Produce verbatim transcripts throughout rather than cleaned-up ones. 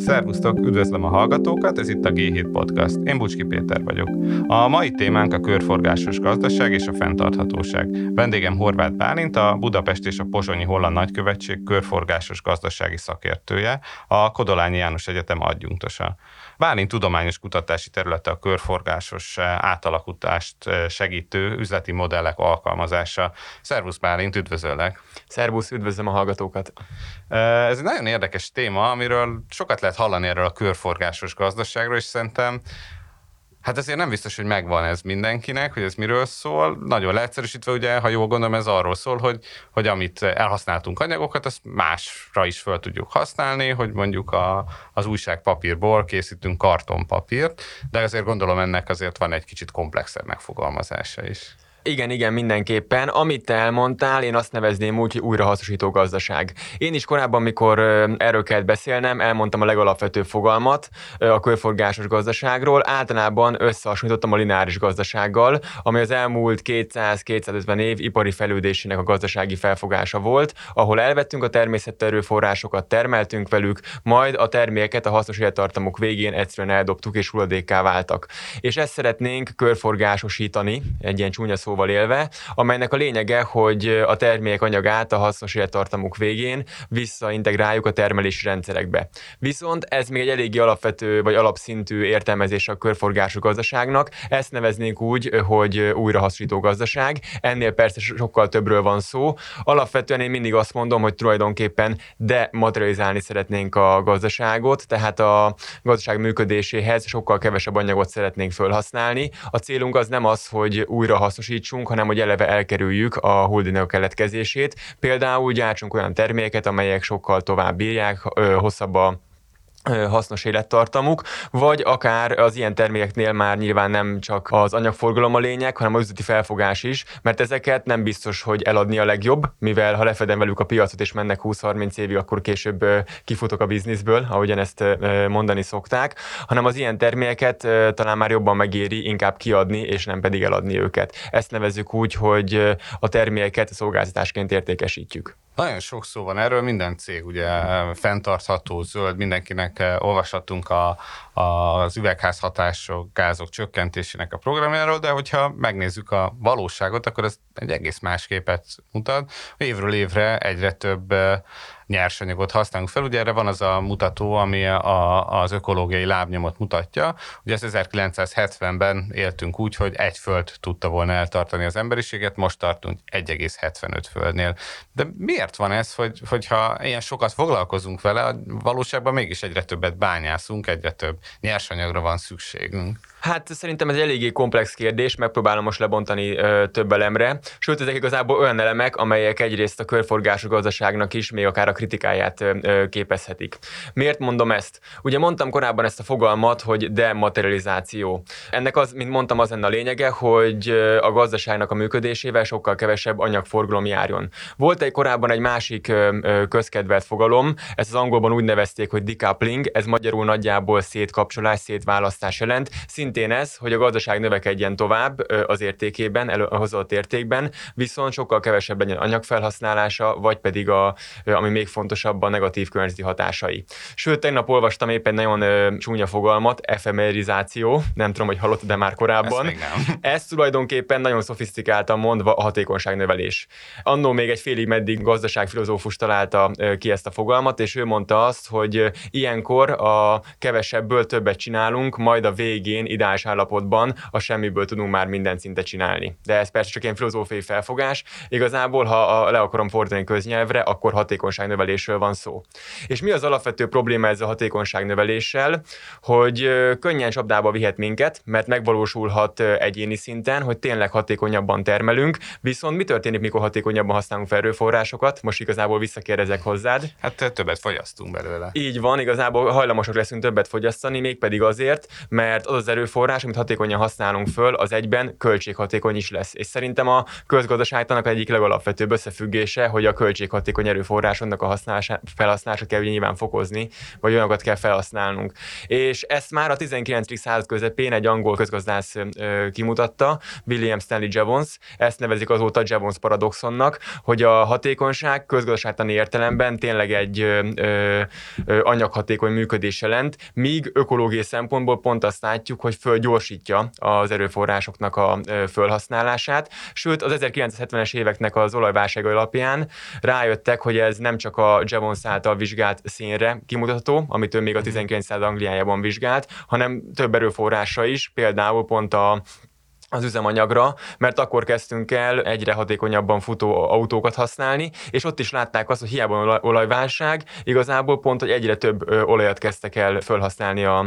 Szervusztok, üdvözlöm a hallgatókat, ez itt a gé hét Podcast. Én Bucski Péter vagyok. A mai témánk a körforgásos gazdaság és a fenntarthatóság. Vendégem Horváth Bálint, a Budapest és a Pozsonyi Holland Nagykövetség körforgásos gazdasági szakértője, a Kodolányi János Egyetem adjunktusa. Bálint tudományos kutatási területe a körforgásos átalakulást segítő üzleti modellek alkalmazása. Szervusz Bálint, üdvözöllek! Szervusz, üdvözlöm a hallgatókat! Ez egy nagyon érdekes téma, amiről sokat lehet hallani erről a körforgásos gazdaságról, és szerintem hát azért nem biztos, hogy megvan ez mindenkinek, hogy ez miről szól. Nagyon leegyszerűsítve, ugye, ha jól gondolom, ez arról szól, hogy, hogy amit elhasználtunk anyagokat, azt másra is fel tudjuk használni, hogy mondjuk a, az újságpapírból készítünk kartonpapírt, de azért gondolom ennek azért van egy kicsit komplexebb megfogalmazása is. Igen, igen, mindenképpen. Amit te elmondtál, én azt nevezném úgy, hogy újrahasznosító gazdaság. Én is korábban, mikor erről kellett beszélnem, elmondtam a legalapvetőbb fogalmat a körforgásos gazdaságról. Általában összehasonlítottam a lineáris gazdasággal, ami az elmúlt kétszáz-kétszázötven év ipari fejlődésének a gazdasági felfogása volt, ahol elvettünk a természeti erőforrásokat, termeltünk velük, majd a termékeket a hasznos élettartamok végén egyszerűen eldobtuk és hulladékká váltak. És ezt szeretnénk körforgásosítani, egy ilyen csúnya szóval élve, amelynek a lényege, hogy a termék anyagát a hasznos élettartamuk végén visszaintegráljuk a termelési rendszerekbe. Viszont ez még egy eléggé alapvető vagy alapszintű értelmezés a körforgásos gazdaságnak, ezt neveznénk úgy, hogy újrahasznosító gazdaság. Ennél persze sokkal többről van szó. Alapvetően én mindig azt mondom, hogy tulajdonképpen dematerializálni szeretnénk a gazdaságot, tehát a gazdaság működéséhez sokkal kevesebb anyagot szeretnénk felhasználni. A célunk az nem az, hogy újrahasznosítsunk, hanem hogy eleve elkerüljük a hulladékok keletkezését. Például gyártsunk olyan termékeket, amelyek sokkal tovább bírják, hosszabb a hasznos élettartamuk, vagy akár az ilyen termékeknél már nyilván nem csak az anyagforgalom a lényeg, hanem az üzleti felfogás is, mert ezeket nem biztos, hogy eladni a legjobb, mivel ha lefedem velük a piacot és mennek húsz-harminc évig, akkor később kifutok a bizniszből, ahogyan ezt mondani szokták, hanem az ilyen termékeket talán már jobban megéri inkább kiadni, és nem pedig eladni őket. Ezt nevezzük úgy, hogy a termékeket szolgáltatásként értékesítjük. Nagyon sok szó van erről, minden cég ugye fenntartható, zöld, mindenkinek olvashatunk a, a, az üvegházhatások, gázok csökkentésének a programjáról, de hogyha megnézzük a valóságot, akkor ez egy egész más képet mutat. Évről évre egyre több nyersanyagot használunk fel. Ugye erre van az a mutató, ami a, az ökológiai lábnyomot mutatja. Ugye ez ezerkilencszázhetvenben éltünk úgy, hogy egy föld tudta volna eltartani az emberiséget, most tartunk egy egész hetvenöt földnél. De miért van ez, hogy, hogyha ilyen sokat foglalkozunk vele, valóságban mégis egyre többet bányászunk, egyre több nyersanyagra van szükségünk? Hát szerintem ez egy eléggé komplex kérdés, megpróbálom most lebontani ö, több elemre. Sőt, ezek igazából olyan elemek, amelyek egyrészt a körforgásos gazdaságnak is még akár a kritikáját ö, képezhetik. Miért mondom ezt? Ugye mondtam korábban ezt a fogalmat, hogy dematerializáció. Ennek az, mint mondtam, az lenne a lényege, hogy a gazdaságnak a működésével sokkal kevesebb anyagforgalom járjon. Volt egy korábban egy másik ö, közkedvelt fogalom, ezt az angolban úgy nevezték, hogy decoupling, ez magyarul nagyjából szétkapcsolás, szétválasztás jelent. Szintén ez, hogy a gazdaság növekedjen tovább az értékében, a hozzáadott értékben, viszont sokkal kevesebb legyen anyagfelhasználása, vagy pedig, a, ami még fontosabb, a negatív környezeti hatásai. Sőt, tegnap olvastam éppen nagyon ö, csúnya fogalmat, efemerizáció, nem tudom, hogy hallottad, de már korábban. Ez tulajdonképpen nagyon szofisztikáltan mondva a hatékonyságnövelés. Annó még egy félig meddig gazdaságfilozófus találta ki ezt a fogalmat, és ő mondta azt, hogy ilyenkor a kevesebből többet csinálunk, majd a végén ideális állapotban a semmiből tudunk már mindent szinte csinálni. De ez persze csak ilyen filozófiai felfogás. Igazából, ha le akarom fordítani köznyelvre, akkor hatékonyságnövelésről van szó. És mi az alapvető probléma ezzel a hatékonyságnöveléssel? Hogy könnyen csapdába vihet minket, mert megvalósulhat egyéni szinten, hogy tényleg hatékonyabban termelünk, viszont mi történik, mikor hatékonyabban használunk fel erőforrásokat? Most igazából visszakérdezek hozzád. Hát többet fogyasztunk belőle. Így van, igazából hajlamosak leszünk többet fogyasztani, mégpedig azért, mert az az erőforrás, erőforrás, amit hatékonyan használunk föl, az egyben költséghatékony is lesz. És szerintem a közgazdaságtanak egyik legalapvetőbb összefüggése, hogy a költséghatékony erőforrásoknak a felhasználását kell nyilván fokozni, vagy olyanokat kell felhasználnunk. És ezt már a tizenkilencedik század közepén egy angol közgazdász kimutatta, William Stanley Jevons, ezt nevezik azóta Jevons paradoxonnak, hogy a hatékonyság közgazdaságtani értelemben tényleg egy ö, ö, anyaghatékony működés jelent, míg ökológiai szempontból pont azt látjuk, hogy fölgyorsítja az erőforrásoknak a fölhasználását, sőt az ezerkilencszázhetvenes éveknek az olajválsága alapján rájöttek, hogy ez nem csak a Jevons által vizsgált szénre kimutatható, amit ő még a tizenkilencedik század Angliájában vizsgált, hanem több erőforrásra is, például pont a az üzemanyagra, mert akkor kezdtünk el egyre hatékonyabban futó autókat használni, és ott is látták azt, hogy hiába olajválság, igazából pont, hogy egyre több olajat kezdtek el felhasználni a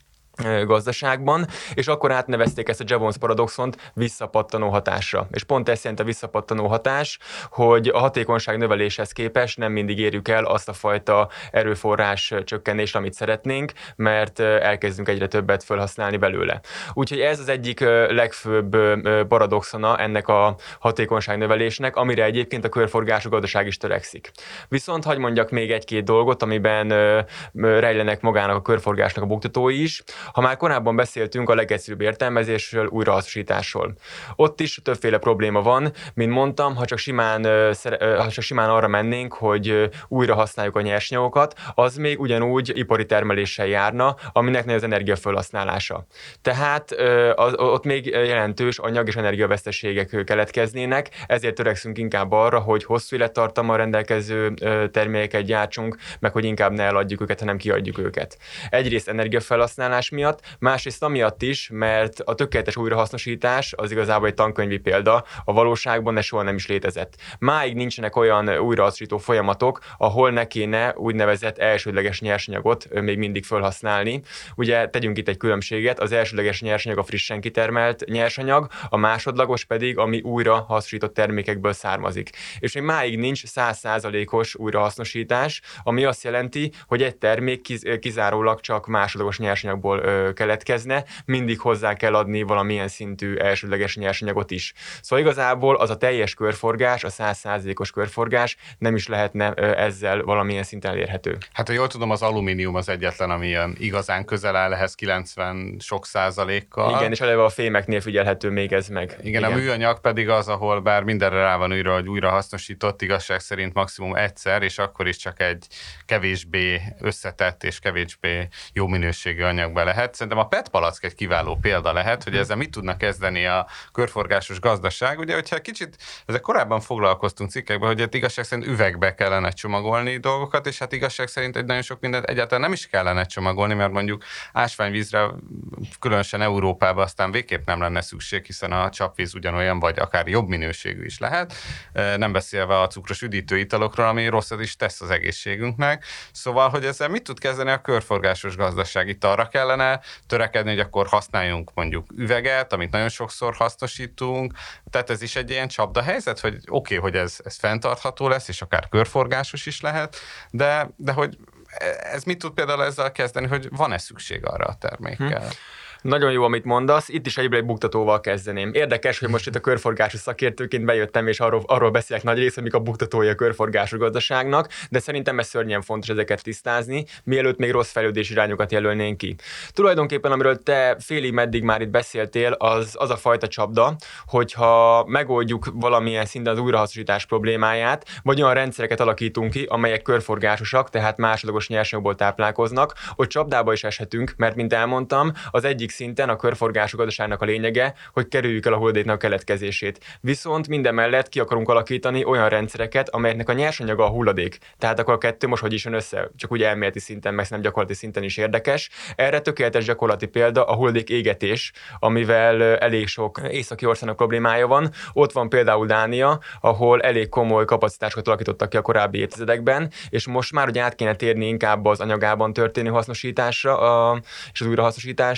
gazdaságban, és akkor átnevezték ezt a Jevons paradoxont visszapattanó hatásra. És pont ez jelent a visszapattanó hatás, hogy a hatékonyság növeléshez képest nem mindig érjük el azt a fajta erőforrás csökkenést, amit szeretnénk, mert elkezdünk egyre többet felhasználni belőle. Úgyhogy ez az egyik legfőbb paradoxona ennek a hatékonyság növelésnek, amire egyébként a körforgású gazdaság is törekszik. Viszont hadd mondjak még egy-két dolgot, amiben rejlenek magának a körforgásnak a buktatói is. Ha már korábban beszéltünk a legegyszerűbb értelmezésről, újrahasznosításról. Ott is többféle probléma van, mint mondtam, ha csak simán, ha csak simán arra mennénk, hogy újra használjuk a nyersanyagokat, az még ugyanúgy ipari termeléssel járna, aminek nagy az energiafelhasználása. Tehát az, ott még jelentős anyag- és energiaveszteségek keletkeznének, ezért törekszünk inkább arra, hogy hosszú élettartammal rendelkező termékeket gyártsunk, meg hogy inkább ne eladjuk őket, hanem kiadjuk őket. Egyrészt energiafelhasználás miatt, másrészt amiatt is, mert a tökéletes újrahasznosítás az igazából egy tankönyvi példa, a valóságban ez soha nem is létezett. Máig nincsenek olyan újrahasznosító folyamatok, ahol ne kéne úgynevezett elsődleges nyersanyagot még mindig felhasználni. Ugye tegyünk itt egy különbséget, az elsődleges nyersanyag a frissen kitermelt nyersanyag, a másodlagos pedig, ami újrahasznosított termékekből származik. És még máig nincs száz százalékos újrahasznosítás, ami azt jelenti, hogy egy termék kizárólag csak másodlagos nyersanyagból keletkezne, mindig hozzá kell adni valamilyen szintű elsődleges nyersanyagot is. Szóval igazából az a teljes körforgás, a száz százalékos körforgás nem is lehetne ezzel valamilyen szinten elérhető. Hát, ha jól tudom, az alumínium az egyetlen, ami ilyen igazán közel áll ehhez kilencven sok százalékkal. Igen, és eleve a fémeknél figyelhető még ez meg. Igen, Igen, a műanyag pedig az, ahol bár mindenre rá van írva, hogy újra hasznosított, igazság szerint maximum egyszer, és akkor is csak egy kevésbé összetett és kevésbé jó minőségű anyagba lehet. Szerintem a pé e té palack egy kiváló példa lehet, hogy ezzel mit tudnak kezdeni a körforgásos gazdaság. Ugye, hogyha kicsit, ezzel korábban foglalkoztunk cikkekben, hogy hát igazság szerint üvegbe kellene csomagolni dolgokat, és hát igazság szerint egy nagyon sok mindent egyáltalán nem is kellene csomagolni, mert mondjuk ásványvízre, különösen Európában aztán végképp nem lenne szükség, hiszen a csapvíz ugyanolyan, vagy akár jobb minőségű is lehet. Nem beszélve a cukros üdítő italokról, ami rosszat is tesz az egészségünknek. Szóval, hogy ezzel mit tud kezdeni a körforgásos gazdaság? Itt arra kellene törekedni, hogy akkor használjunk mondjuk üveget, amit nagyon sokszor hasznosítunk. Tehát ez is egy ilyen csapdahelyzet, hogy oké, okay, hogy ez, ez fenntartható lesz, és akár körforgásos is lehet, de, de hogy ez mit tud például ezzel kezdeni, hogy van-e szükség arra a termékkel? Hm. Nagyon jó, amit mondasz, itt is egyből egy buktatóval kezdeném. Érdekes, hogy most itt a körforgásos szakértőként bejöttem, és arról, arról beszélek nagy rész, hogy mik a buktatói a körforgásos gazdaságnak, de szerintem ez szörnyen fontos ezeket tisztázni, mielőtt még rossz fejlődési irányokat jelölnénk ki. Tulajdonképpen, amiről te félig meddig már itt beszéltél, az, az a fajta csapda, hogyha megoldjuk valamilyen szinten az újrahasznosítás problémáját, vagy olyan rendszereket alakítunk ki, amelyek körforgásosak, tehát másodlagos nyersanyagból táplálkoznak, hogy csapdába is eshetünk, mert mint elmondtam, az egyik szinten a körforgású gazdaságnak a lényege, hogy kerüljük el a hulladéknak a keletkezését. Viszont mindemellett ki akarunk alakítani olyan rendszereket, amelyeknek a nyersanyaga a hulladék. Tehát akkor a kettő most hogy is jön össze? Csak úgy elméleti szinten, meg nem gyakorlati szinten is érdekes. Erre tökéletes gyakorlati példa a hulladék égetés, amivel elég sok északi országnak problémája van. Ott van például Dánia, ahol elég komoly kapacitásokat alakítottak ki a korábbi évtizedekben, és most már hogy át kéne térni inkább az anyagában történő hasznosításra a, és az újrahasznosításra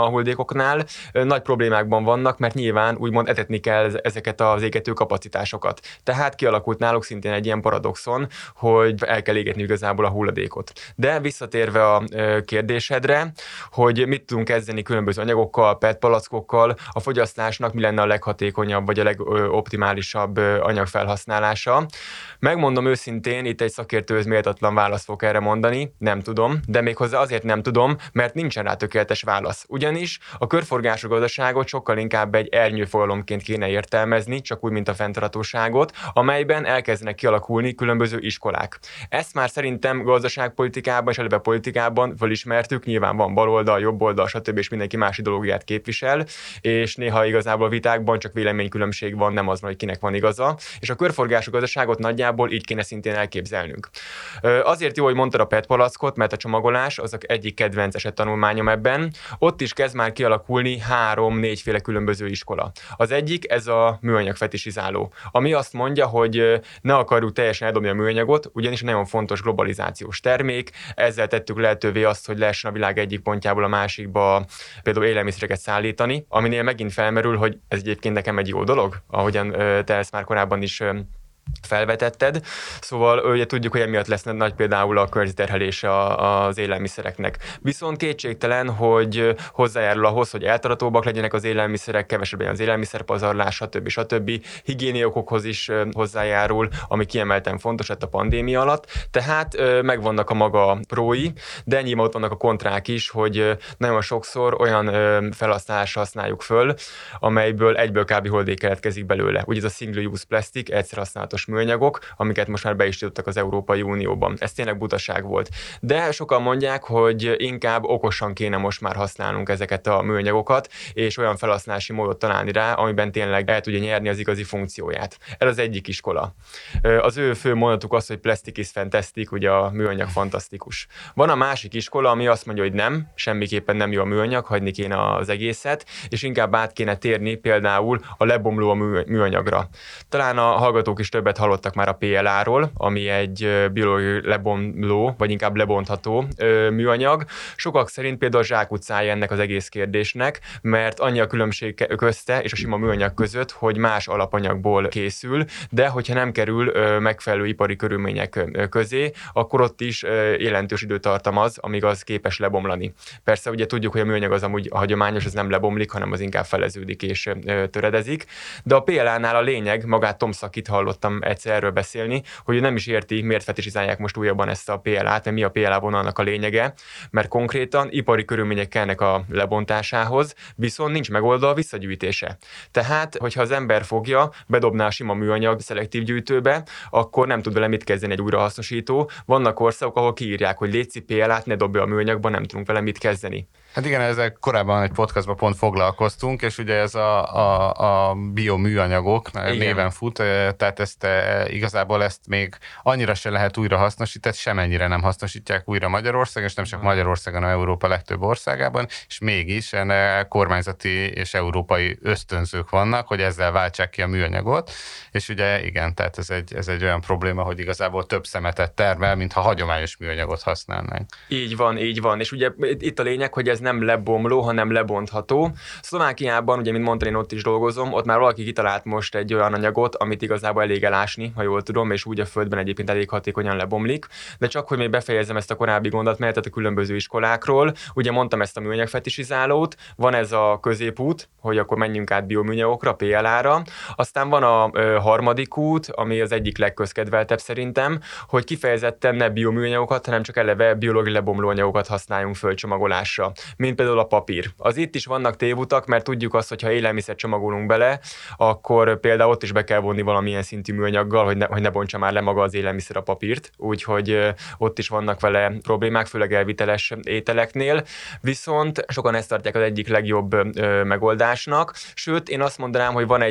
a hulladékoknál nagy problémákban vannak, mert nyilván úgymond etetni kell ezeket az égető kapacitásokat. Tehát kialakult náluk szintén egy ilyen paradoxon, hogy el kell égetni igazából a hulladékot. De visszatérve a kérdésedre, hogy mit tudunk kezdeni különböző anyagokkal, pé e té palackokkal, a fogyasztásnak mi lenne a leghatékonyabb vagy a legoptimálisabb anyagfelhasználása. Megmondom őszintén, itt egy szakértőhöz méltatlan választ fogok erre mondani, nem tudom, de méghozzá azért nem tudom, mert nincsen rá tökéletes válasz. Ugyanis a körforgású gazdaságot sokkal inkább egy ernyőfogalomként kéne értelmezni, csak úgy, mint a fenntarthatóságot, amelyben elkezdenek kialakulni különböző iskolák. Ezt már szerintem gazdaságpolitikában és eleve politikában fölismertük, nyilván van baloldal, jobboldal, stb. És mindenki más ideológiát képvisel, és néha igazából a vitákban csak véleménykülönbség van, nem az van, hogy kinek van igaza, és a körforgású gazdaságot nagyjából így kéne szintén elképzelnünk. Azért jó, hogy mondtad a pé e té palackot, mert a csomagolás az egyik kedvenc esettanulmányom ebben. Ott is kezd már kialakulni három-négyféle különböző iskola. Az egyik ez a műanyag fetisizáló, ami azt mondja, hogy ne akarjuk teljesen eldobni a műanyagot, ugyanis nagyon fontos globalizációs termék, ezzel tettük lehetővé azt, hogy lehessen a világ egyik pontjából a másikba például élelmiszereket szállítani, aminél megint felmerül, hogy ez egyébként nekem egy jó dolog, ahogyan te ezt már korábban is felvetetted. Szóval ugye tudjuk, hogy emiatt lesz nagy például a környezeti az élelmiszereknek. Viszont kétségtelen, hogy hozzájárul ahhoz, hogy eltaratóbbak legyenek az élelmiszerek, kevesebb legyen az élelmiszerpazarlás, stb. stb. Higiéni okokhoz is hozzájárul, ami kiemelten fontos lett a pandémia alatt. Tehát megvannak a maga prói, de nyilván ott vannak a kontrák is, hogy nagyon sokszor olyan felhasználásra használjuk föl, amelyből egyből kb. Hulladék keletkezik belőle. Ugye ez a single use plastic, egyszer használatos műanyagok, amiket most már be is tiltottak az Európai Unióban. Ez tényleg butaság volt. De sokan mondják, hogy inkább okosan kéne most már használnunk ezeket a műanyagokat, és olyan felhasználási módot találni rá, amiben tényleg el tudja nyerni az igazi funkcióját. Ez az egyik iskola. Az ő fő mondatuk az, hogy plastic is fantastic, ugye a műanyag fantasztikus. Van a másik iskola, ami azt mondja, hogy nem, semmiképpen nem jó a műanyag, hagyni kéne az egészet, és inkább át kéne térni például a lebomló a műanyagra. Talán a hallgatók is többet hallottak már a pé el á-ról, ami egy biológiai lebomló, vagy inkább lebontható műanyag. Sokak szerint például a zsákutcája ennek az egész kérdésnek, mert annyi a különbség közte és a sima műanyag között, hogy más alapanyagból készül, de hogyha nem kerül megfelelő ipari körülmények közé, akkor ott is jelentős időtartam az, amíg az képes lebomlani. Persze ugye tudjuk, hogy a műanyag az amúgy a hagyományos, az nem lebomlik, hanem az inkább feleződik és töredezik, de a pé el á-nál a lényeg, magát Tom Szakit hallottam egyszer erről beszélni, hogy ő nem is érti, miért fetisizálják most újabban ezt a pé el á-t, mert mi a pé el á vonalnak a lényege, mert konkrétan ipari körülmények kellnek a lebontásához, viszont nincs megoldva a visszagyűjtése. Tehát, hogyha az ember fogja, bedobná a sima műanyag szelektív gyűjtőbe, akkor nem tud vele mit kezdeni egy újrahasznosító. Vannak országok, ahol kiírják, hogy létszi pé el á-t, ne dobja a műanyagba, nem tudunk vele mit kezdeni. Hát igen, ezzel korábban egy podcastban pont foglalkoztunk, és ugye ez a, a, a bioműanyagok igen. néven fut, tehát ezt igazából ezt még annyira se lehet újra hasznosítani, semennyire nem hasznosítják újra Magyarországon, és nem csak Magyarországon, hanem Európa legtöbb országában, és mégis ennek kormányzati és európai ösztönzők vannak, hogy ezzel váltsák ki a műanyagot, és ugye igen, tehát ez egy, ez egy olyan probléma, hogy igazából több szemetet termel, mintha hagyományos műanyagot használnánk. Így van, így van, és ugye itt a lényeg, hogy ez nem lebomló, hanem lebontható. Szlovákiában, ugye, mint mondtam, én ott is dolgozom, ott már valaki kitalált most egy olyan anyagot, amit igazából elég elásni, ha jól tudom, és úgy a földben egyébként elég hatékonyan lebomlik. De csak, hogy még befejezem ezt a korábbi gondolatmenetet a különböző iskolákról, ugye mondtam ezt a műanyag fetisizálót, van ez a középút, hogy akkor menjünk át bioműanyagokra, pé el á-ra. Aztán van a ö, harmadik út, ami az egyik legközkedveltebb szerintem, hogy kifejezetten ne bioműanyagokat, hanem csak eleve biológiai lebomló anyagokat használjunk föl csomagolásra, mint például a papír. Az itt is vannak tévutak, mert tudjuk azt, hogy ha élelmiszert csomagolunk bele, akkor például ott is be kell vonni valamilyen szintű műanyaggal, hogy ne, hogy ne bontsa már le maga az élelmiszer a papírt, úgyhogy ott is vannak vele problémák, főleg elviteles ételeknél, viszont sokan ezt tartják az egyik legjobb ö, megoldásnak, sőt, én azt mondanám, hogy van egy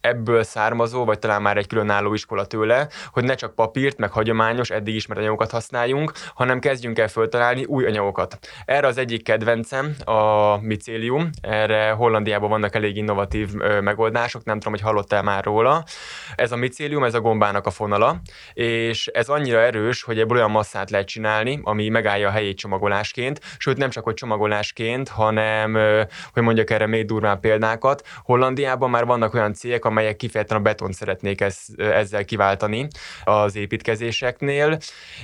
ebből származó, vagy talán már egy különálló iskola tőle, hogy ne csak papírt, meg hagyományos, eddig ismert anyagokat használjunk, hanem kezdjünk el föltalálni új anyagokat. Erre az egyik kedvencem a micélium, erre Hollandiában vannak elég innovatív megoldások, nem tudom, hogy hallottál már róla. Ez a micélium, ez a gombának a fonala, és ez annyira erős, hogy ebből olyan masszát lehet csinálni, ami megállja a helyét csomagolásként, sőt nem csak hogy csomagolásként, hanem, hogy mondjak erre még durvább példákat, Hollandiában már vannak olyan cégek, amelyek kifejezetten a betont szeretnék ezzel kiváltani az építkezéseknél,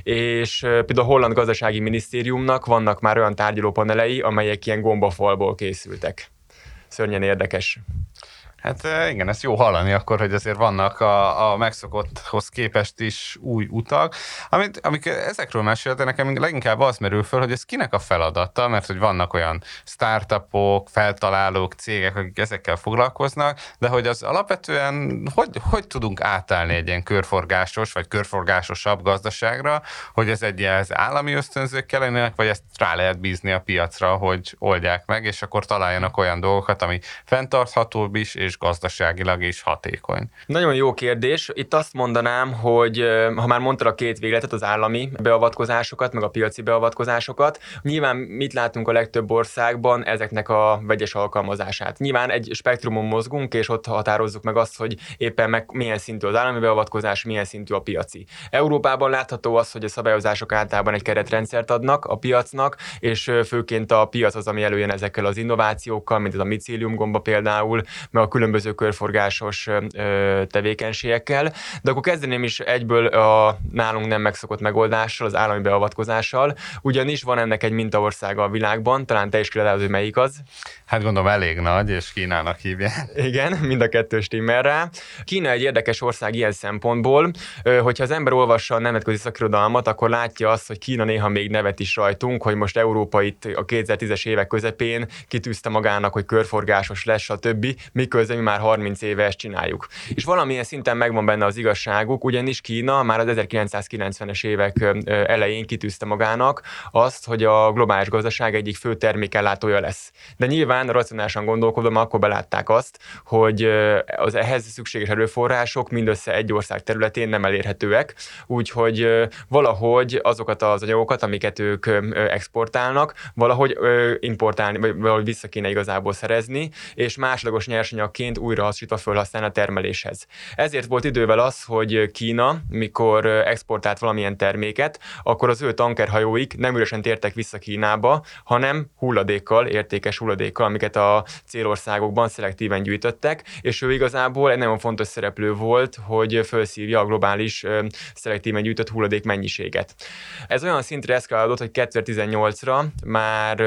és például a Holland Gazdasági Minisztériumnak vannak már olyan tárgyalópanelei, amelyek ilyen gombafalból készültek. Szörnyen érdekes. Hát igen, ezt jó hallani akkor, hogy azért vannak a, a megszokotthoz képest is új utak. Amit, amikor ezekről meséltek, nekem leginkább az merül föl, hogy ez kinek a feladata, mert hogy vannak olyan startupok, feltalálók, cégek, akik ezekkel foglalkoznak, de hogy az alapvetően hogy, hogy tudunk átállni egy ilyen körforgásos, vagy körforgásosabb gazdaságra, hogy ez egy ilyen állami ösztönzők kellenének, vagy ezt rá lehet bízni a piacra, hogy oldják meg, és akkor találjanak olyan dolgokat, ami fenntarthatóbb is, és gazdaságilag is hatékony. Nagyon jó kérdés. Itt azt mondanám, hogy ha már mondtad a két végletet, az állami beavatkozásokat, meg a piaci beavatkozásokat, nyilván mit látunk a legtöbb országban ezeknek a vegyes alkalmazását. Nyilván egy spektrumon mozgunk, és ott határozzuk meg azt, hogy éppen meg milyen szintű az állami beavatkozás, milyen szintű a piaci. Európában látható az, hogy a szabályozások általában egy keretrendszert adnak a piacnak, és főként a piac az, ami előjön ezekkel az innovációkkal, mint ez a micélium gomba például, meg a különböző körforgásos tevékenységekkel, de akkor kezdeném is egyből a nálunk nem megszokott megoldással, az állami beavatkozással, ugyanis van ennek egy mintaországa a világban, talán te is kérdezed, hogy melyik az. Hát gondolom elég nagy, és Kínának hívják. Igen, mind a kettő stimmel rá. Kína egy érdekes ország ilyen szempontból, hogyha az ember olvassa a nemzetközi szakirodalmat, akkor látja azt, hogy Kína néha még nevet is rajtunk, hogy most Európa itt a kétezer-tízes évek közepén kitűzte magának, hogy körforgásos lesz, stb. Miközben mi már harminc éve ezt csináljuk. És valamilyen szinten megvan benne az igazságuk, ugyanis Kína már az ezerkilencszázkilencvenes évek elején kitűzte magának azt, hogy a globális gazdaság egyik fő termékellátója lesz. De nyilván racionálisan gondolkodom, akkor belátták azt, hogy az ehhez szükséges erőforrások mindössze egy ország területén nem elérhetőek, úgyhogy valahogy azokat az anyagokat, amiket ők exportálnak, valahogy importálni, vagy valahogy vissza kéne igazából szerezni, és másodlagos nyersanyagként újrahasznosítva felhasználni a termeléshez. Ezért volt idővel az, hogy Kína, mikor exportált valamilyen terméket, akkor az ő tankerhajóik nem üresen tértek vissza Kínába, hanem hulladékkal, értékes hulladékkal, amiket a célországokban szelektíven gyűjtöttek, és ő igazából egy nagyon fontos szereplő volt, hogy felszívja a globális szelektíven gyűjtött hulladék mennyiséget. Ez olyan szintre eszkalálódott, hogy kétezer-tizennyolcra már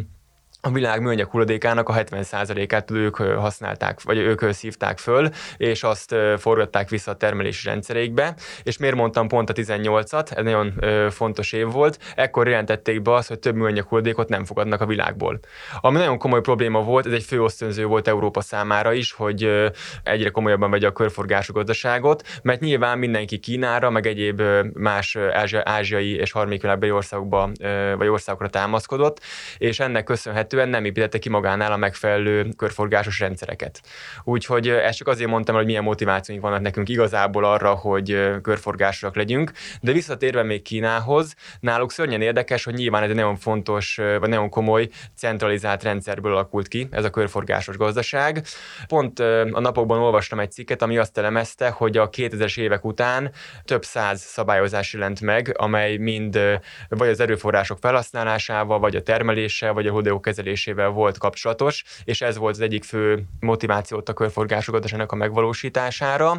a világ műanyag hulladékának a hetven százalékát ők használták, vagy ők szívták föl, és azt forgatták vissza a termelési rendszerékbe. És miért mondtam pont a tizennyolcat? Ez nagyon fontos év volt. Ekkor jelentették be azt, hogy több műanyag hulladékot nem fogadnak a világból. Ami nagyon komoly probléma volt, ez egy fő ösztönző volt Európa számára is, hogy egyre komolyabban vegye a körforgású gazdaságot, mert nyilván mindenki Kínára, meg egyéb más ázsiai és harmadik világbeli országokba, vagy országokra támaszkodott, és ennek köszönhetően nem építette ki magánál a megfelelő körforgásos rendszereket. Úgyhogy ezt csak azért mondtam, hogy milyen motivációink vannak nekünk igazából arra, hogy körforgásosak legyünk, de visszatérve még Kínához, náluk szörnyen érdekes, hogy nyilván ez egy nagyon fontos, vagy nagyon komoly centralizált rendszerből alakult ki ez a körforgásos gazdaság. Pont a napokban olvastam egy cikket, ami azt elemezte, hogy a kétezres évek után több száz szabályozás jelent meg, amely mind vagy az erőforrások felhasználásával, vagy a termeléssel, vagy a hulladékok kezelésével volt kapcsolatos, és ez volt az egyik fő motivációt a körforgásos gazdaságnak a megvalósítására.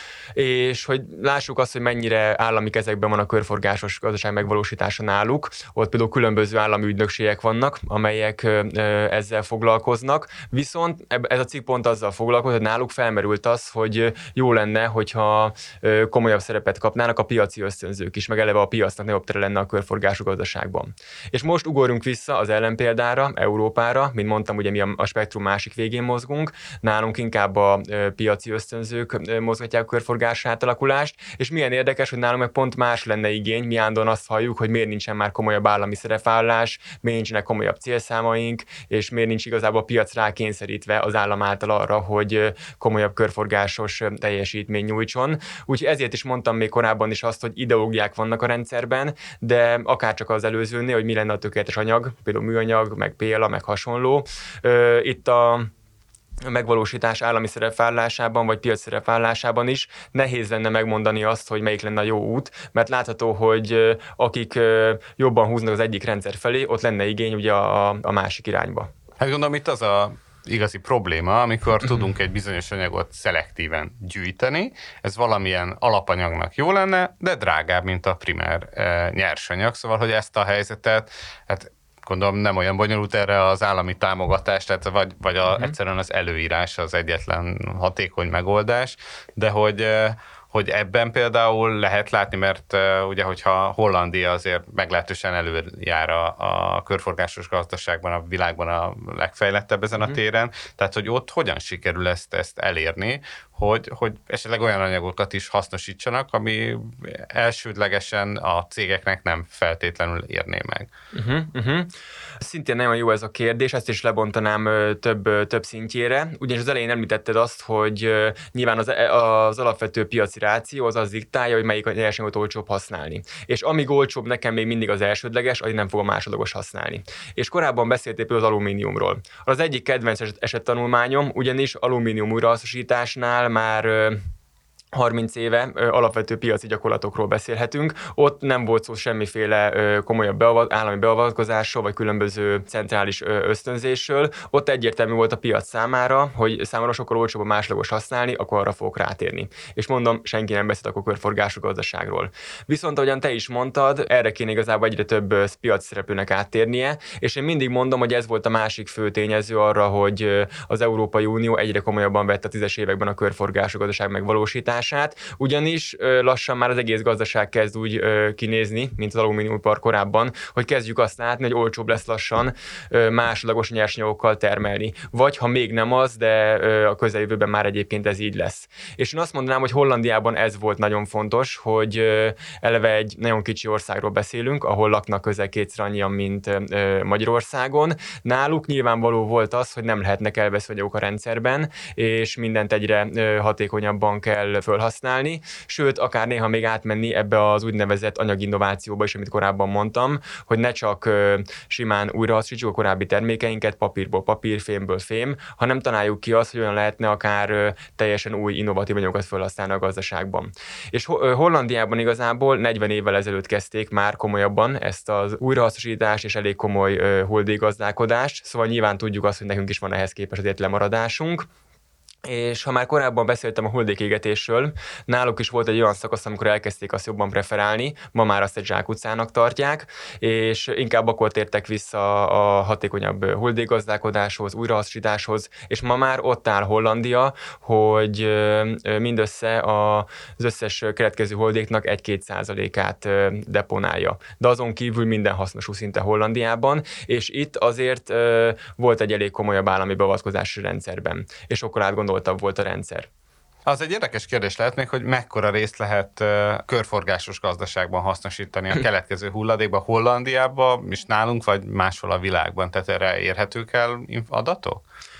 És hogy lássuk azt, hogy mennyire állami kezekben van a körforgásos gazdaság megvalósítása náluk. Ott például különböző állami ügynökségek vannak, amelyek ezzel foglalkoznak. Viszont ez a cikk pont azzal foglalkozik, hogy náluk felmerült az, hogy jó lenne, hogyha komolyabb szerepet kapnának a piaci ösztönzők is, meg eleve a piacnak nagyobb tere lenne a körforgásos gazdaságban. És most ugorjunk vissza az ellenpéldára, Európára, mint mondtam, ugye mi a spektrum másik végén mozgunk, nálunk inkább a piaci ösztönzők mozgatják a körforgásos körforgás átalakulást, és milyen érdekes, hogy nálunk meg pont más lenne igény, mi állandóan azt halljuk, hogy miért nincsen már komolyabb állami szerepvállalás, miért nincsenek komolyabb célszámaink, és miért nincs igazából a piac rá kényszerítve az állam által arra, hogy komolyabb körforgásos teljesítmény nyújtson. Úgyhogy ezért is mondtam még korábban is azt, hogy ideológiák vannak a rendszerben, de akárcsak az előzőnél, hogy mi lenne a tökéletes anyag, például műanyag, meg péla, meg hasonló. Itt a megvalósítás állami szerepvállalásában, vagy piac szerepvállalásában is nehéz lenne megmondani azt, hogy melyik lenne a jó út, mert látható, hogy akik jobban húznak az egyik rendszer felé, ott lenne igény ugye a, a másik irányba. Hát gondolom itt az a igazi probléma, amikor tudunk egy bizonyos anyagot szelektíven gyűjteni, ez valamilyen alapanyagnak jó lenne, de drágább, mint a primer e, nyersanyag, szóval, hogy ezt a helyzetet, hát gondolom nem olyan bonyolult erre az állami támogatás, tehát vagy, vagy a, uh-huh. egyszerűen az előírás az egyetlen hatékony megoldás, de hogy hogy ebben például lehet látni, mert uh, ugye, hogyha Hollandia azért meglehetősen előjár a, a körforgásos gazdaságban, a világban a legfejlettebb ezen a téren, tehát hogy ott hogyan sikerül ezt, ezt elérni, hogy, hogy esetleg olyan anyagokat is hasznosítsanak, ami elsődlegesen a cégeknek nem feltétlenül érné meg. Uh-huh, uh-huh. Szintén nagyon jó ez a kérdés, ezt is lebontanám több, több szintjére, ugyanis az elején említetted azt, hogy nyilván az, az alapvető piaci ráció az az diktálja, hogy melyik a nyersanyagot olcsóbb használni. És amíg olcsóbb nekem még mindig az elsődleges, addig nem fogom másodlagos használni. És korábban beszéltél például az alumíniumról. Az egyik kedvenc esettanulmányom, ugyanis alumínium újrahasznosításnál már harminc éve alapvető piaci gyakorlatokról beszélhetünk. Ott nem volt szó semmiféle komolyabb beavat, állami beavatkozásról, vagy különböző centrális ösztönzésről. Ott egyértelmű volt a piac számára, hogy számára sokkal olcsóbb a másodlagos használni, akkor arra fogok rátérni. És mondom, senki nem beszélt akkor körforgású gazdaságról. Viszont ahogyan te is mondtad, erre kéne igazából egyre több piac szereplőnek áttérnie, és én mindig mondom, hogy ez volt a másik fő tényező arra, hogy az Európai Unió egyre komolyabban vette a tízes években a körforgású gazdaság megvalósítását. Ugyanis lassan már az egész gazdaság kezd úgy kinézni, mint az alumíniumipar korábban, hogy kezdjük azt látni, hogy olcsóbb lesz lassan másodlagos nyersanyagokkal termelni. Vagy ha még nem az, de a közeljövőben már egyébként ez így lesz. És én azt mondanám, hogy Hollandiában ez volt nagyon fontos, hogy eleve egy nagyon kicsi országról beszélünk, ahol laknak közel kétszer annyian, mint Magyarországon. Náluk nyilvánvaló volt az, hogy nem lehetnek elveszőanyagok a rendszerben, és mindent egyre hatékonyabban kell felhasználni, sőt, akár néha még átmenni ebbe az úgynevezett anyaginnovációba is, amit korábban mondtam, hogy ne csak simán újrahasznosítsuk a korábbi termékeinket, papírból papír, fémből fém, hanem találjuk ki azt, hogy olyan lehetne akár teljesen új innovatív anyagokat felhasználni a gazdaságban. És Hollandiában igazából negyven évvel ezelőtt kezdték már komolyabban ezt az újrahasznosítást és elég komoly hulladékgazdálkodást, szóval nyilván tudjuk azt, hogy nekünk is van ehhez képest azért lemaradásunk. És ha már korábban beszéltem a hulladékégetésről, náluk is volt egy olyan szakasz, amikor elkezdték azt jobban preferálni, ma már azt egy zsákutcának tartják, és inkább akkor tértek vissza a hatékonyabb hulladékgazdálkodáshoz, újrahasznosításhoz, és ma már ott áll Hollandia, hogy mindössze az összes keletkező hulladéknak egy-két százalékát deponálja. De azon kívül minden hasznosul szinte Hollandiában, és itt azért volt egy elég komolyabb állami beavatkozási rendszerben, és sokkal átgondoltabb volt a rendszer. Az egy érdekes kérdés lehet még, hogy mekkora részt lehet uh, körforgásos gazdaságban hasznosítani a keletkező hulladékba, Hollandiában, és nálunk, vagy máshol a világban. Tehát erre érhetők el adatok?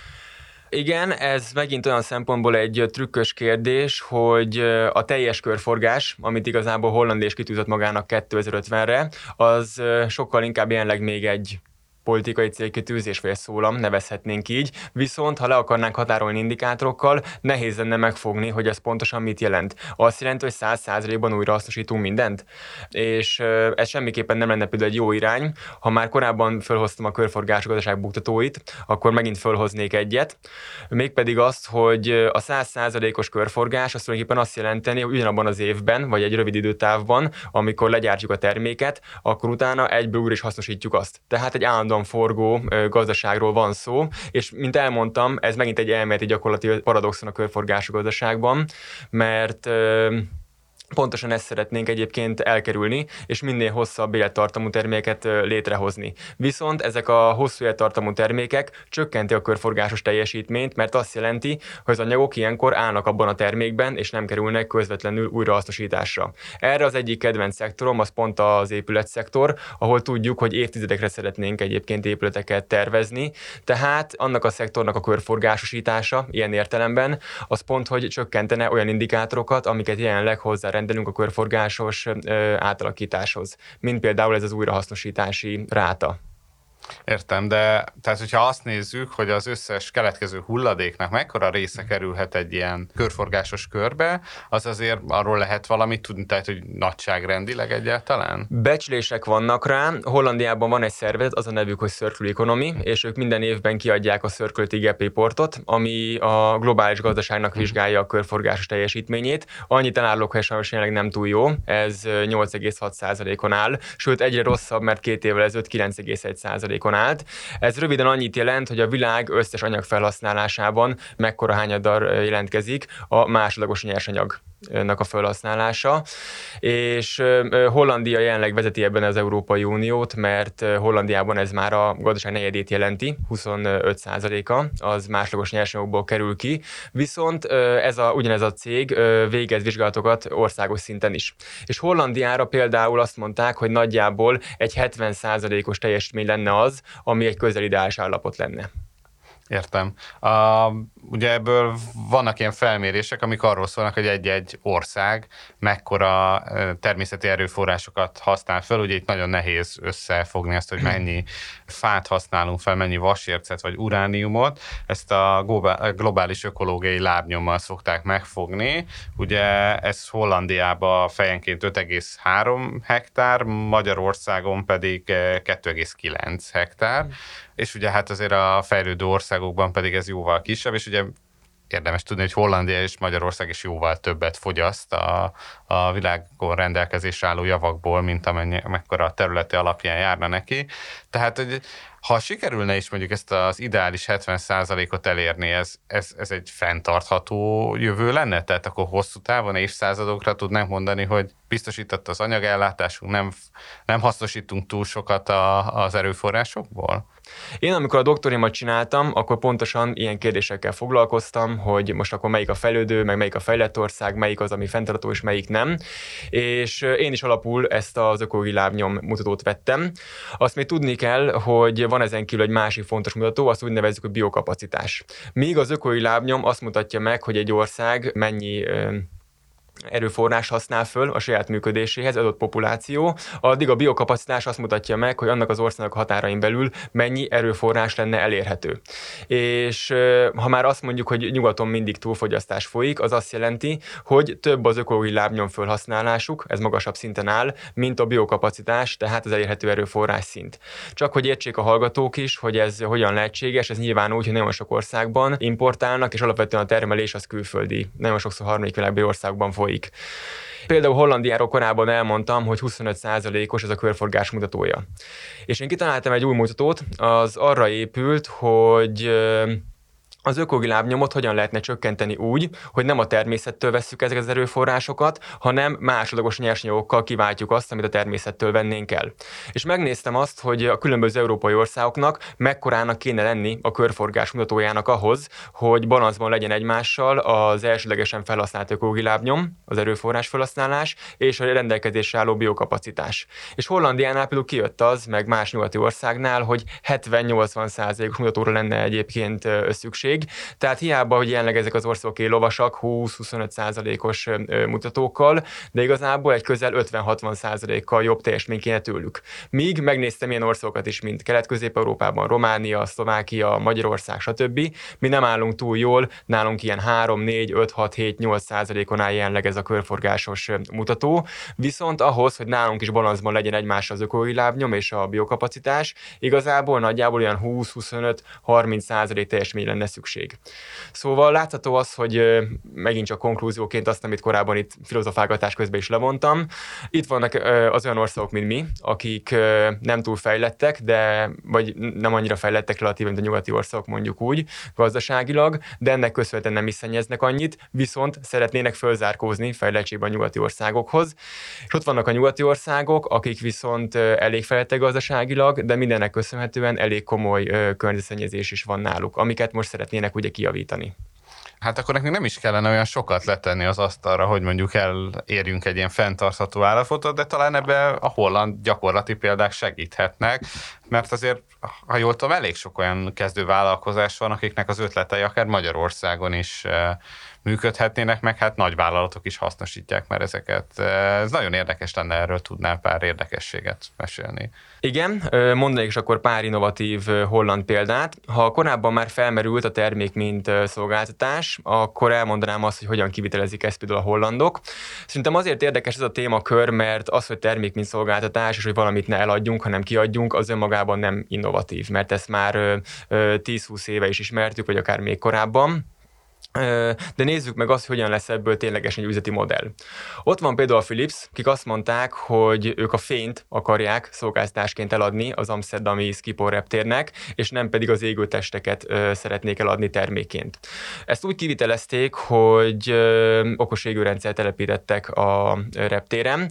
Igen, ez megint olyan szempontból egy trükkös kérdés, hogy a teljes körforgás, amit igazából Hollandia is kitűzött magának kétezer-ötvenre, az sokkal inkább jelenleg még egy politikai célkitűzés, vagy egy szólam, nevezhetnénk így, viszont ha le akarnánk határolni indikátorokkal, nehéz lenne megfogni, hogy ez pontosan mit jelent. Azt jelenti, hogy száz százalékban újrahasznosítunk mindent, és ez semmiképpen nem lenne például egy jó irány. Ha már korábban felhoztam a körforgású gazdaság buktatóit, akkor megint felhoznék egyet, mégpedig azt, hogy a száz százalékos körforgás azt tulajdonképpen azt jelenteni, hogy ugyanabban az évben, vagy egy rövid időtávban, amikor legyártjuk a terméket, akkor utána egyből újra is hasznosítjuk azt. Tehát egy állandó forgó gazdaságról van szó, és mint elmondtam, ez megint egy elméleti gyakorlati paradoxon a körforgású gazdaságban, mert Pontosan ezt szeretnénk egyébként elkerülni, és minél hosszabb élettartamú terméket létrehozni. Viszont ezek a hosszú élettartamú termékek csökkenti a körforgásos teljesítményt, mert azt jelenti, hogy az anyagok ilyenkor állnak abban a termékben, és nem kerülnek közvetlenül újrahasznosításra. Erre az egyik kedvenc szektorom az pont az épületszektor, ahol tudjuk, hogy évtizedekre szeretnénk egyébként épületeket tervezni, tehát annak a szektornak a körforgásosítása ilyen értelemben az pont, hogy csökkentene olyan indikátorokat, amiket jelenleg hozzá rendelünk a körforgásos ö, átalakításhoz, mint például ez az újrahasznosítási ráta. Értem, de tehát, hogyha azt nézzük, hogy az összes keletkező hulladéknak mekkora része kerülhet egy ilyen körforgásos körbe, az azért arról lehet valamit tudni, tehát, hogy nagyságrendileg egyáltalán? Becslések vannak rá. Hollandiában van egy szervezet, az a nevük, hogy Circular Economy, és ők minden évben kiadják a Circular i gé pé reportot, ami a globális gazdaságnak vizsgálja a körforgásos teljesítményét. Annyit elárulok, hogy sajnos jelenleg nem túl jó, ez nyolc egész hat százalékon áll, sőt egyre rosszabb, mert két évvel ezelőtt kilenc egész egy százalékon állt. Ez röviden annyit jelent, hogy a világ összes anyag felhasználásában mekkora hányaddal jelentkezik a másodlagos nyersanyagnak a felhasználása, és Hollandia jelenleg vezeti ebben az Európai Uniót, mert Hollandiában ez már a gazdaság negyedét jelenti, huszonöt százaléka az másodlagos nyersanyagokból kerül ki, viszont ez a, ugyanez a cég végez vizsgálatokat országos szinten is. És Hollandiára például azt mondták, hogy nagyjából egy hetven százalékos teljesítmény lenne az, ami egy közelideális állapot lenne. Értem. Uh, ugye ebből vannak ilyen felmérések, amik arról szólnak, hogy egy-egy ország mekkora uh, természeti erőforrásokat használ fel. Ugye itt nagyon nehéz összefogni ezt, hogy mennyi fát használunk fel, mennyi vasércet vagy urániumot. Ezt a globális ökológiai lábnyommal szokták megfogni. Ugye ez Hollandiában fejenként öt egész három hektár, Magyarországon pedig kettő egész kilenc hektár. És ugye hát azért a fejlődő országokban pedig ez jóval kisebb, és ugye érdemes tudni, hogy Hollandia és Magyarország is jóval többet fogyaszt a, a világon rendelkezésre álló javakból, mint amennyi, amekkora a területe alapján járna neki. Tehát, hogy ha sikerülne is mondjuk ezt az ideális hetven százalékot elérni, ez, ez, ez egy fenntartható jövő lenne? Tehát akkor hosszú távon, évszázadokra tudnánk mondani, hogy biztosított az anyagellátásunk, nem, nem hasznosítunk túl sokat a, az erőforrásokból? Én amikor a doktorimat csináltam, akkor pontosan ilyen kérdésekkel foglalkoztam, hogy most akkor melyik a fejlődő, meg melyik a fejlett ország, melyik az, ami fenntartható, és melyik nem. És én is alapul ezt az ökológiai lábnyom mutatót vettem. Azt még tudni kell, hogy van ezen kívül egy másik fontos mutató, azt úgy nevezzük, hogy biokapacitás. Míg az ökológiai lábnyom azt mutatja meg, hogy egy ország mennyi erőforrás használ föl a saját működéséhez, adott populáció, addig a biokapacitás azt mutatja meg, hogy annak az országnak határain belül mennyi erőforrás lenne elérhető. És ha már azt mondjuk, hogy nyugaton mindig túlfogyasztás folyik, az azt jelenti, hogy több az ökológiai lábnyom felhasználásuk, ez magasabb szinten áll, mint a biokapacitás, tehát az elérhető erőforrás szint. Csak hogy értsék a hallgatók is, hogy ez hogyan lehetséges, ez nyilván úgy, hogy nagyon sok országban importálnak, és alapvetően a termelés az külföldi, nagyon sokszor harmadik világbeli országban folyik. Például Hollandiáról korábban elmondtam, hogy huszonöt százalékos ez a körforgás mutatója. És én kitaláltam egy új mutatót, az arra épült, hogy az ökológiai lábnyomot hogyan lehetne csökkenteni úgy, hogy nem a természettől vesszük ezeket az erőforrásokat, hanem másodlagos nyersanyagokkal kiváltjuk azt, amit a természettől vennénk el. És megnéztem azt, hogy a különböző európai országoknak mekkorának kéne lenni a körforgás mutatójának ahhoz, hogy balanszban legyen egymással az elsődlegesen felhasznált ökológiai lábnyom, az erőforrás felhasználás és a rendelkezésre álló biokapacitás. És Hollandiánál például kijött az, meg más nyugati országnál, hogy hetven-nyolcvan százalékos mutatóra lenne egyébként szükség. Tehát hiába, hogy jelenleg ezek az országok élovasak húsz-huszonöt százalékos mutatókkal, de igazából egy közel ötven-hatvan százalékkal jobb teljesítmény kéne tőlük. Míg megnéztem ilyen országokat is, mint Kelet-Közép-Európában, Románia, Szlovákia, Magyarország, stb. Mi nem állunk túl jól, nálunk ilyen három, négy, öt, hat, hét, nyolc százalékon áll jelenleg ez a körforgásos mutató, viszont ahhoz, hogy nálunk is balanszban legyen egymással az ökológiai lábnyom és a biokapacitás, igazából nagyjából olyan húsz-huszonöt-harminc százalék teljesítmény lenne szükség. szükség. Szóval látható az, hogy megint csak konklúzióként azt, amit korábban itt filozofálgatás közben is levontam. Itt vannak az olyan országok, mint mi, akik nem túl fejlettek, de vagy nem annyira fejlettek relatíve, mint a nyugati országok, mondjuk úgy, gazdaságilag, de ennek köszönhetően nem is szennyeznek annyit, viszont szeretnének fölzárkózni fejlettségben a nyugati országokhoz. És ott vannak a nyugati országok, akik viszont elég fejlettek gazdaságilag, de mindennek köszönhetően elég komoly környezetszennyezés is van náluk, amiket most szeretnének ugye kijavítani. Hát akkor nekünk nem is kellene olyan sokat letenni az asztalra, hogy mondjuk elérjünk egy ilyen fenntartható állapotot, de talán ebbe a holland gyakorlati példák segíthetnek, mert azért, ha jól tudom, elég sok olyan kezdő vállalkozás van, akiknek az ötletei akár Magyarországon is működhetnének, meg hát nagy vállalatok is hasznosítják már ezeket. Ez nagyon érdekes lenne, erről tudnál pár érdekességet mesélni. Igen, mondanék is akkor pár innovatív holland példát. Ha korábban már felmerült a termék mint szolgáltatás, akkor elmondanám azt, hogy hogyan kivitelezik ezt például a hollandok. Szerintem azért érdekes ez a témakör, mert az, hogy termék mint szolgáltatás, és hogy valamit ne eladjunk, hanem kiadjunk, az önmagában nem innovatív, mert ezt már tíz-húsz éve is ismertük, vagy akár még korábban. De nézzük meg azt, hogy hogyan lesz ebből ténylegesen egy üzleti modell. Ott van például a Philips, akik azt mondták, hogy ők a fényt akarják szolgáltatásként eladni az amszterdami Schiphol reptérnek, és nem pedig az égőtesteket szeretnék eladni termékként. Ezt úgy kivitelezték, hogy okos égőrendszert telepítettek a reptéren,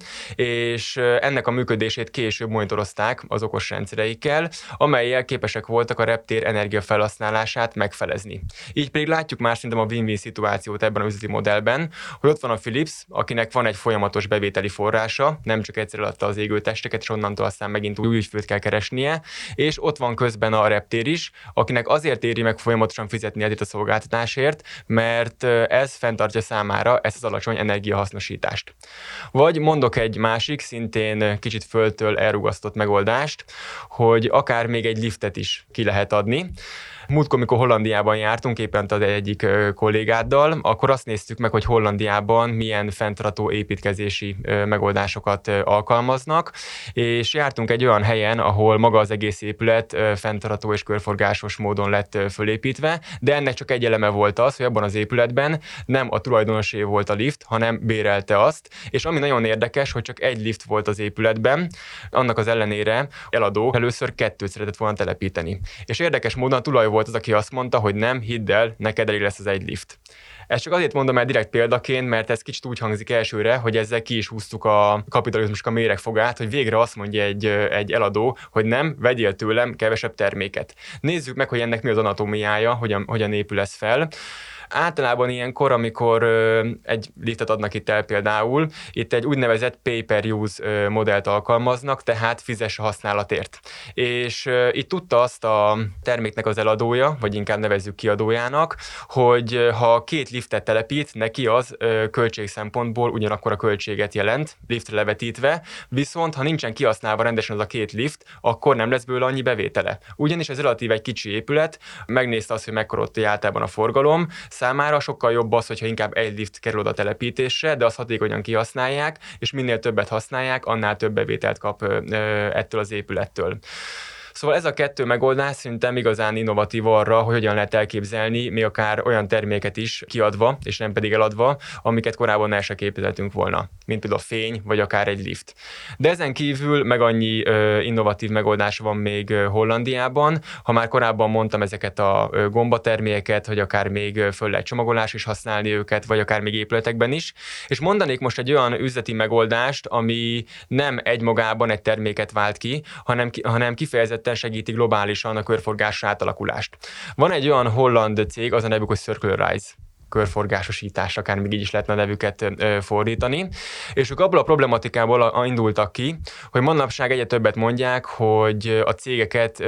és ennek a működését később monitorozták az okos rendszereikkel, amellyel képesek voltak a reptér energiafelhasználását megfelezni. Így pedig látjuk már szerintem a win-win szituációt ebben a üzleti modellben, hogy ott van a Philips, akinek van egy folyamatos bevételi forrása, nem csak egyszer adta az égőtesteket, és onnantól aztán megint új ügyfőt kell keresnie, és ott van közben a reptér is, akinek azért éri meg folyamatosan fizetni itt a szolgáltatásért, mert ez fenntartja számára ezt az alacsony energiahasznosítást. Vagy mondok egy másik, szintén kicsit földtől elrugasztott megoldást, hogy akár még egy liftet is ki lehet adni. Múltkor, amikor Hollandiában jártunk, éppen az egyik kollégáddal, akkor azt néztük meg, hogy Hollandiában milyen fenntartható építkezési megoldásokat alkalmaznak, és jártunk egy olyan helyen, ahol maga az egész épület fenntartható és körforgásos módon lett fölépítve, de ennek csak egy eleme volt az, hogy abban az épületben nem a tulajdonosé volt a lift, hanem bérelte azt, és ami nagyon érdekes, hogy csak egy lift volt az épületben, annak az ellenére eladó először kettőt szeretett volna telepíteni. És érdekes módon a tulaj volt az, aki azt mondta, hogy nem, hidd el, neked elég lesz az egy lift. Ezt csak azért mondom el direkt példaként, mert ez kicsit úgy hangzik elsőre, hogy ezzel ki is húztuk a kapitalizmusnak a méregfogát, hogy végre azt mondja egy, egy eladó, hogy nem, vegyél tőlem kevesebb terméket. Nézzük meg, hogy ennek mi az anatómiája, hogyan, hogyan épül ez fel. Általában ilyenkor, amikor ö, egy liftet adnak itt el például, itt egy úgynevezett pay-per-use modellt alkalmaznak, tehát fizess a használatért. És ö, itt tudta azt a terméknek az eladója, vagy inkább nevezzük kiadójának, hogy ö, ha két liftet telepít, neki az ö, költség szempontból ugyanakkor a költséget jelent, liftre levetítve, viszont ha nincsen kihasználva rendesen az a két lift, akkor nem lesz belőle annyi bevétele. Ugyanis ez relatív egy kicsi épület, megnézte azt, hogy mekkora ott általában a forgalom, számára sokkal jobb az, hogyha inkább egy lift kerül oda telepítésre, de azt hatékonyan kihasználják, és minél többet használják, annál több bevételt kap ettől az épülettől. Szóval ez a kettő megoldás szerintem igazán innovatív arra, hogy hogyan lehet elképzelni még akár olyan terméket is kiadva, és nem pedig eladva, amiket korábban el se képzeltünk volna, mint például a fény, vagy akár egy lift. De ezen kívül meg annyi ö, innovatív megoldás van még Hollandiában, ha már korábban mondtam ezeket a gombatermékeket, hogy akár még föl lehet csomagolás is használni őket, vagy akár még épületekben is, és mondanék most egy olyan üzleti megoldást, ami nem egymagában egy terméket vált ki, hanem, hanem kifejezetten segíti globálisan a körforgás átalakulást. Van egy olyan holland cég, az a nevük, hogy Circularize, körforgásosítás, akár még így is lehetne a nevüket fordítani, és ők abból a problematikából indultak ki, hogy manapság egyre többet mondják, hogy a cégeket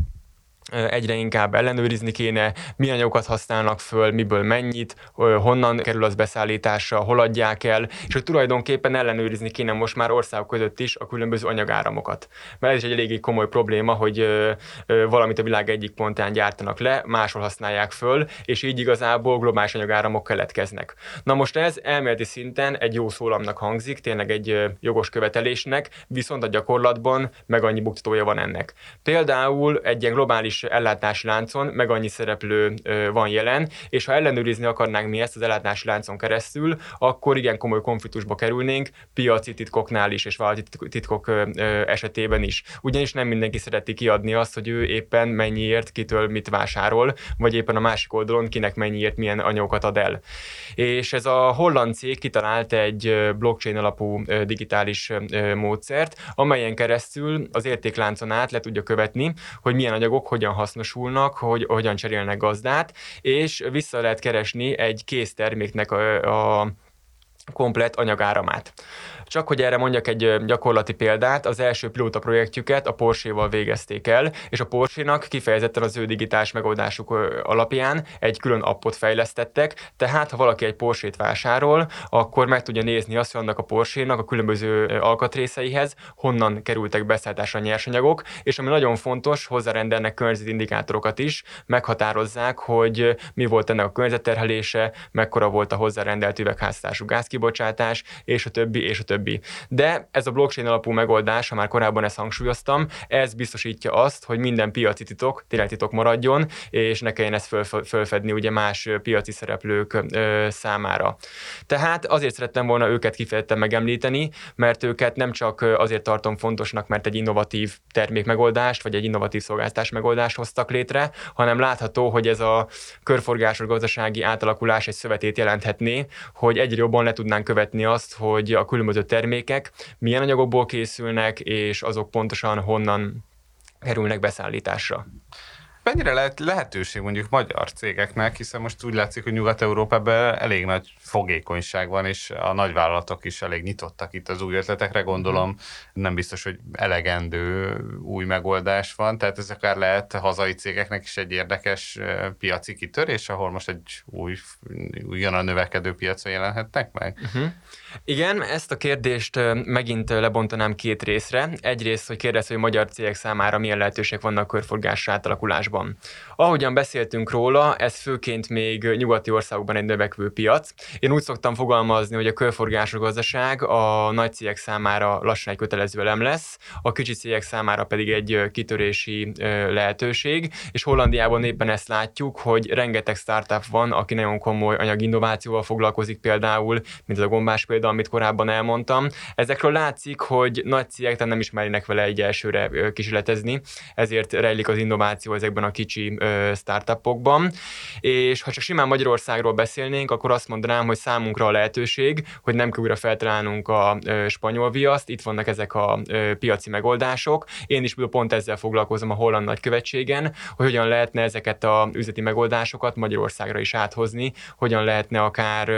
egyre inkább ellenőrizni kéne, milyen anyagokat használnak föl, miből mennyit, honnan kerül az beszállításra, hol adják el, és hogy tulajdonképpen ellenőrizni kéne most már országok között is a különböző anyagáramokat. Mert ez is egy eléggé komoly probléma, hogy valamit a világ egyik pontján gyártanak le, máshol használják föl, és így igazából globális anyagáramok keletkeznek. Na most ez elméleti szinten egy jó szólamnak hangzik, tényleg egy jogos követelésnek, viszont a gyakorlatban meg annyi buktatója van ennek. Például egy ilyen globális digitális ellátási láncon meg annyi szereplő van jelen, és ha ellenőrizni akarnánk mi ezt az ellátási láncon keresztül, akkor igen komoly konfliktusba kerülnénk piaci titkoknál is, és vállalati titkok esetében is. Ugyanis nem mindenki szereti kiadni azt, hogy ő éppen mennyiért, kitől mit vásárol, vagy éppen a másik oldalon kinek mennyiért milyen anyagokat ad el. És ez a holland cég kitalált egy blockchain alapú digitális módszert, amelyen keresztül az értékláncon át le tudja követni, hogy milyen anyagok hogyan hasznosulnak, hogy hogyan cserélnek gazdát, és vissza lehet keresni egy kész terméknek a, a komplett anyagáramát. Csak hogy erre mondjak egy gyakorlati példát, az első pilóta projektjüket a Porsche-val végezték el, és a Porsche-nak kifejezetten az ő digitális megoldásuk alapján egy külön appot fejlesztettek, tehát ha valaki egy Porsche-t vásárol, akkor meg tudja nézni azt, hogy annak a Porsche-nak a különböző alkatrészeihez honnan kerültek beszállításra a nyersanyagok, és ami nagyon fontos, hozzárendelnek környezetindikátorokat is, meghatározzák, hogy mi volt ennek a környezetterhelése, mekkora volt a hozzárendelt üvegházhatású gázkibocsátás, és a többi, és a többi. De ez a blockchain alapú megoldás, ha már korábban ezt hangsúlyoztam, ez biztosítja azt, hogy minden piaci titok, tényleg titok maradjon, és ne kelljen ezt föl, fölfedni ugye más piaci szereplők ö, számára. Tehát azért szerettem volna őket kifejezetten megemlíteni, mert őket nem csak azért tartom fontosnak, mert egy innovatív termékmegoldást, vagy egy innovatív szolgáltatás megoldást hoztak létre, hanem látható, hogy ez a körforgásos gazdasági átalakulás egy szövetét jelenthetné, hogy egyre jobban le tudnánk követni azt, hogy a különböző termékek milyen anyagokból készülnek, és azok pontosan honnan kerülnek beszállításra. Mennyire lehet lehetőség mondjuk magyar cégeknek, hiszen most úgy látszik, hogy Nyugat-Európában elég nagy fogékonyság van, és a nagyvállalatok is elég nyitottak itt az új ötletekre, gondolom nem biztos, hogy elegendő új megoldás van, tehát ez akár lehet hazai cégeknek is egy érdekes piaci kitörés, ahol most egy új, újonnan növekedő piacon jelenhetnek meg? Uh-huh. Igen, ezt a kérdést megint lebontanám két részre. Egyrészt, hogy kérdez, hogy magyar cégek számára milyen lehetőségek vannak a körforgás átalakulásban. Ahogyan beszéltünk róla, ez főként még nyugati országokban egy növekvő piac. Én úgy szoktam fogalmazni, hogy a körforgásos gazdaság a nagy cégek számára lassan egy kötelező elem lesz, a kicsi cégek számára pedig egy kitörési lehetőség, és Hollandiában éppen ezt látjuk, hogy rengeteg startup van, aki nagyon komoly anyaginnovációval foglalkozik például, mint az a gombás példa, amit korábban elmondtam. Ezekről látszik, hogy nagy cégek nem is mernének vele egy elsőre kísérletezni, ezért rejlik az innováció ezekben a kicsi startupokban. És ha csak simán Magyarországról beszélnénk, akkor azt mondanám, hogy számunkra a lehetőség, hogy nem kell újra feltalálnunk a spanyol viaszt, itt vannak ezek a piaci megoldások. Én is pont ezzel foglalkozom a holland nagykövetségen, hogy hogyan lehetne ezeket az üzleti megoldásokat Magyarországra is áthozni, hogyan lehetne akár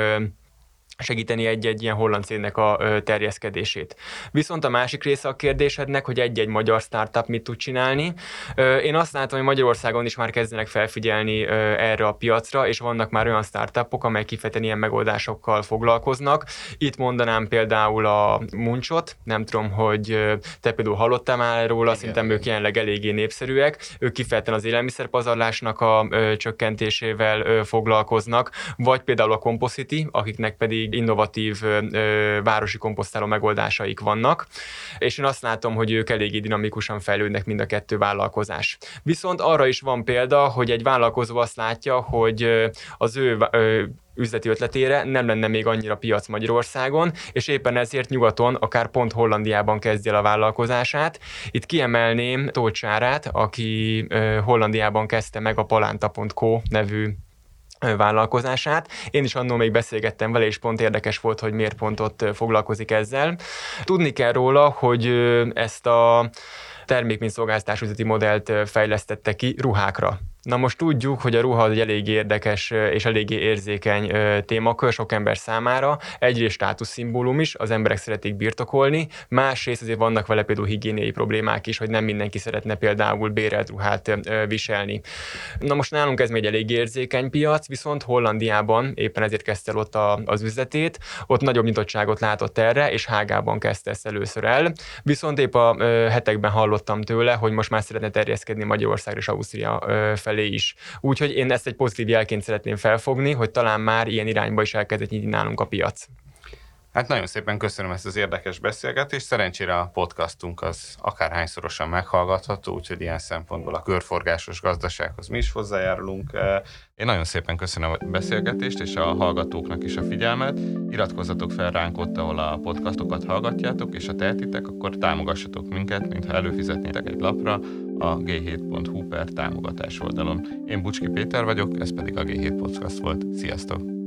segíteni egy-egy ilyen holland cégnek a terjeszkedését. Viszont a másik része a kérdésednek, hogy egy-egy magyar startup mit tud csinálni. Én azt látom, hogy Magyarországon is már kezdenek felfigyelni erre a piacra, és vannak már olyan startupok, amelyek kifejezetten ilyen megoldásokkal foglalkoznak. Itt mondanám például a Munchot, nem tudom, hogy te például hallottál már róla, szerintem ők jelenleg eléggé népszerűek. Ők kifejezetten az élelmiszerpazarlásnak a csökkentésével foglalkoznak, vagy például a Composity, akiknek pedig innovatív ö, városi komposztáló megoldásaik vannak, és én azt látom, hogy ők eléggé dinamikusan fejlődnek mind a kettő vállalkozás. Viszont arra is van példa, hogy egy vállalkozó azt látja, hogy az ő ö, üzleti ötletére nem lenne még annyira piac Magyarországon, és éppen ezért nyugaton, akár pont Hollandiában kezdi el a vállalkozását. Itt kiemelném Tóth Sárát, aki ö, Hollandiában kezdte meg a palánta pont co nevű vállalkozását. Én is annól még beszélgettem vele, és pont érdekes volt, hogy miért pont ott foglalkozik ezzel. Tudni kell róla, hogy ezt a termék mint szolgáltatás üzleti modellt fejlesztette ki ruhákra. Na most tudjuk, hogy a ruha egy eléggé érdekes és eléggé érzékeny témakör sok ember számára. Egyrészt státuszszimbólum is, az emberek szeretik birtokolni, másrészt azért vannak vele például higiéniai problémák is, hogy nem mindenki szeretne például bérelt ruhát viselni. Na most nálunk ez még egy eléggé érzékeny piac, viszont Hollandiában éppen ezért kezdte el ott a, az üzletét, ott nagyobb nyitottságot látott erre, és Hágában kezdte ezt először el. Viszont épp a hetekben hallottam tőle, hogy most már szeretne terjeszkedni Magyarországra és Ausztria felé is. Úgyhogy én ezt egy pozitív jelként szeretném felfogni, hogy talán már ilyen irányba is elkezdett nyitni nálunk a piac. Hát nagyon szépen köszönöm ezt az érdekes beszélgetést. Szerencsére a podcastunk az akárhányszorosan meghallgatható, úgyhogy ilyen szempontból a körforgásos gazdasághoz mi is hozzájárulunk. Én nagyon szépen köszönöm a beszélgetést, és a hallgatóknak is a figyelmet. Iratkozzatok fel ránk ott, ahol a podcastokat hallgatjátok, és ha tehetitek, akkor támogassatok minket, mintha előfizetnétek egy lapra a gé hét pont hú per támogatás oldalon. Én Bucski Péter vagyok, ez pedig a gé hét Podcast volt. Sziasztok!